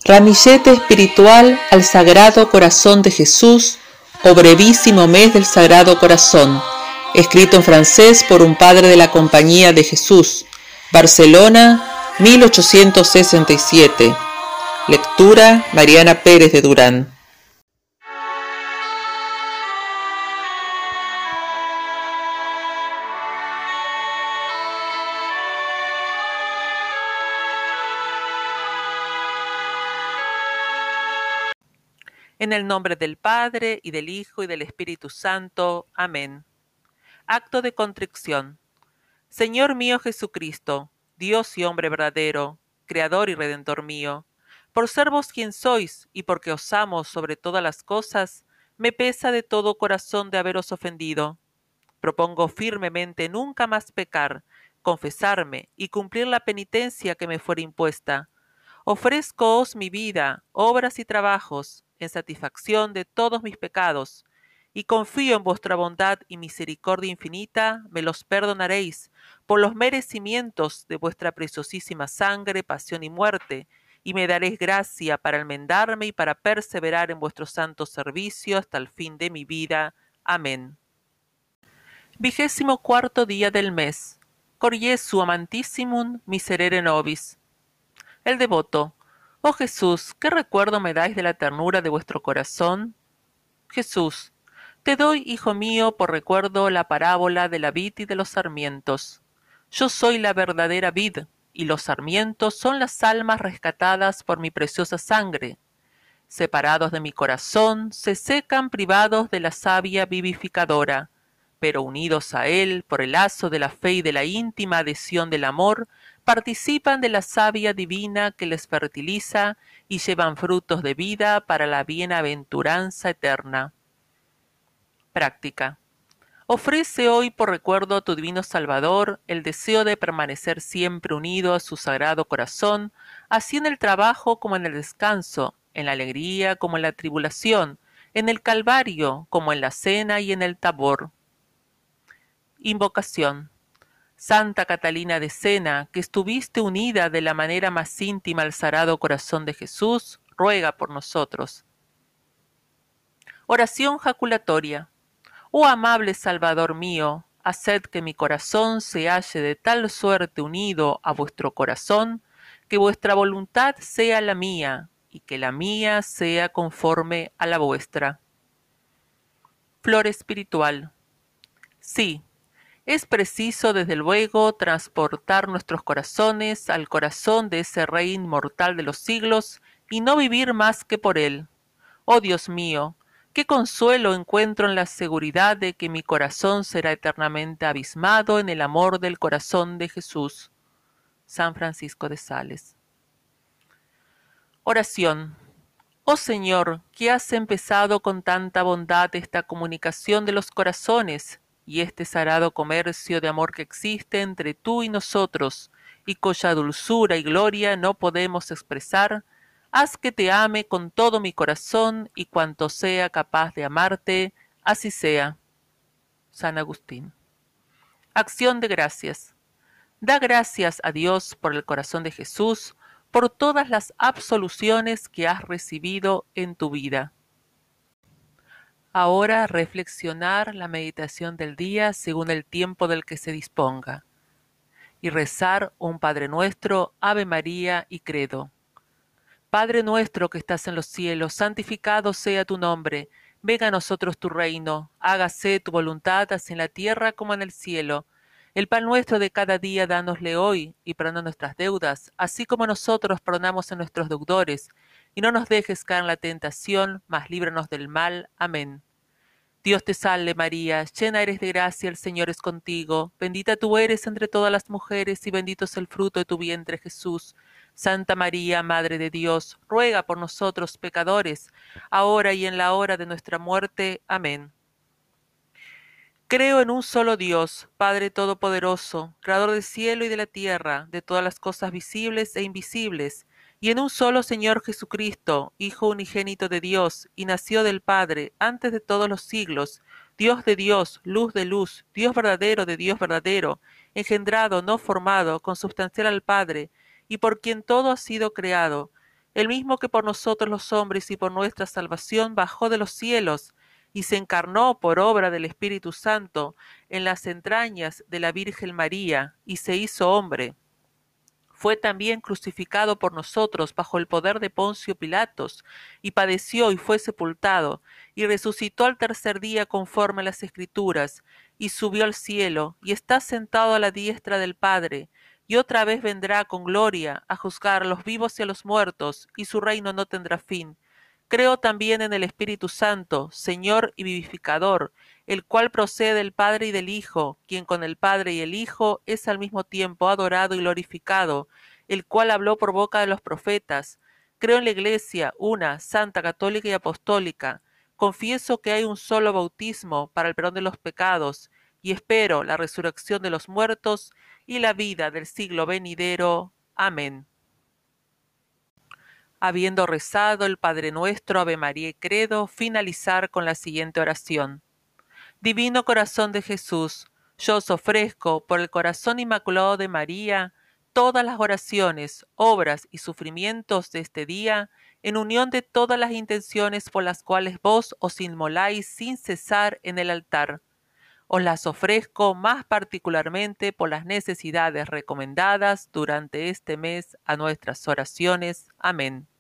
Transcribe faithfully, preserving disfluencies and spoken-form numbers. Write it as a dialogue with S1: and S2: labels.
S1: Ramillete espiritual al Sagrado Corazón de Jesús o Brevísimo Mes del Sagrado Corazón, escrito en francés por un padre de la Compañía de Jesús, Barcelona, mil ochocientos sesenta y siete. Lectura Mariana Pérez de Durán.
S2: En el nombre del Padre, y del Hijo, y del Espíritu Santo. Amén. Acto de contrición. Señor mío Jesucristo, Dios y hombre verdadero, Creador y Redentor mío, por ser vos quien sois, y porque os amo sobre todas las cosas, me pesa de todo corazón de haberos ofendido. Propongo firmemente nunca más pecar, confesarme y cumplir la penitencia que me fuera impuesta. Ofrezcoos mi vida, obras y trabajos, en satisfacción de todos mis pecados, y confío en vuestra bondad y misericordia infinita, me los perdonaréis, por los merecimientos de vuestra preciosísima sangre, pasión y muerte, y me daréis gracia para enmendarme y para perseverar en vuestro santo servicio hasta el fin de mi vida. Amén. Vigésimo cuarto día del mes. Cor Jesu amantissimum miserere nobis. El devoto. Oh Jesús, ¿qué recuerdo me dais de la ternura de vuestro corazón? Jesús, te doy, hijo mío, por recuerdo la parábola de la vid y de los sarmientos. Yo soy la verdadera vid, y los sarmientos son las almas rescatadas por mi preciosa sangre. Separados de mi corazón, se secan privados de la savia vivificadora, pero unidos a él por el lazo de la fe y de la íntima adhesión del amor, participan de la savia divina que les fertiliza y llevan frutos de vida para la bienaventuranza eterna. Práctica. Ofrece hoy por recuerdo a tu divino Salvador el deseo de permanecer siempre unido a su sagrado corazón, así en el trabajo como en el descanso, en la alegría como en la tribulación, en el Calvario como en la cena y en el Tabor. Invocación. Santa Catalina de Sena, que estuviste unida de la manera más íntima al Sagrado Corazón de Jesús, ruega por nosotros. Oración jaculatoria. Oh amable Salvador mío, haced que mi corazón se halle de tal suerte unido a vuestro corazón, que vuestra voluntad sea la mía, y que la mía sea conforme a la vuestra. Flor espiritual. Sí. Es preciso, desde luego, transportar nuestros corazones al corazón de ese Rey inmortal de los siglos y no vivir más que por él. Oh Dios mío, qué consuelo encuentro en la seguridad de que mi corazón será eternamente abismado en el amor del corazón de Jesús. San Francisco de Sales. Oración. Oh Señor, que has empezado con tanta bondad esta comunicación de los corazones, y este sagrado comercio de amor que existe entre tú y nosotros, y cuya dulzura y gloria no podemos expresar, haz que te ame con todo mi corazón y cuanto sea capaz de amarte, así sea. San Agustín. Acción de gracias. Da gracias a Dios por el corazón de Jesús, por todas las absoluciones que has recibido en tu vida. Ahora reflexionar la meditación del día según el tiempo del que se disponga y rezar un Padre Nuestro, Ave María y Credo. Padre nuestro que estás en los cielos, santificado sea tu nombre. Venga a nosotros tu reino, hágase tu voluntad así en la tierra como en el cielo. El pan nuestro de cada día dánosle hoy, y perdona nuestras deudas, así como nosotros perdonamos a nuestros deudores. Y no nos dejes caer en la tentación, mas líbranos del mal. Amén. Dios te salve María, llena eres de gracia, el Señor es contigo. Bendita tú eres entre todas las mujeres, y bendito es el fruto de tu vientre, Jesús. Santa María, Madre de Dios, ruega por nosotros pecadores, ahora y en la hora de nuestra muerte. Amén. Creo en un solo Dios, Padre Todopoderoso, Creador del cielo y de la tierra, de todas las cosas visibles e invisibles, y en un solo Señor Jesucristo, Hijo unigénito de Dios, y nació del Padre, antes de todos los siglos, Dios de Dios, luz de luz, Dios verdadero de Dios verdadero, engendrado, no formado, consubstancial al Padre, y por quien todo ha sido creado. el mismo que por nosotros los hombres y por nuestra salvación bajó de los cielos y se encarnó por obra del Espíritu Santo en las entrañas de la Virgen María y se hizo hombre. Fue también crucificado por nosotros bajo el poder de Poncio Pilatos, y padeció y fue sepultado, y resucitó al tercer día conforme a las Escrituras, y subió al cielo, y está sentado a la diestra del Padre, y otra vez vendrá con gloria a juzgar a los vivos y a los muertos, y su reino no tendrá fin. Creo también en el Espíritu Santo, Señor y vivificador, el cual procede del Padre y del Hijo, quien con el Padre y el Hijo es al mismo tiempo adorado y glorificado, el cual habló por boca de los profetas. Creo en la Iglesia, una, santa, católica y apostólica. Confieso que hay un solo bautismo para el perdón de los pecados, y espero la resurrección de los muertos y la vida del siglo venidero. Amén. Habiendo rezado el Padre Nuestro, Ave María y Credo, finalizar con la siguiente oración. Divino Corazón de Jesús, yo os ofrezco, por el corazón inmaculado de María, todas las oraciones, obras y sufrimientos de este día, en unión de todas las intenciones por las cuales vos os inmoláis sin cesar en el altar. Os las ofrezco más particularmente por las necesidades recomendadas durante este mes a nuestras oraciones. Amén.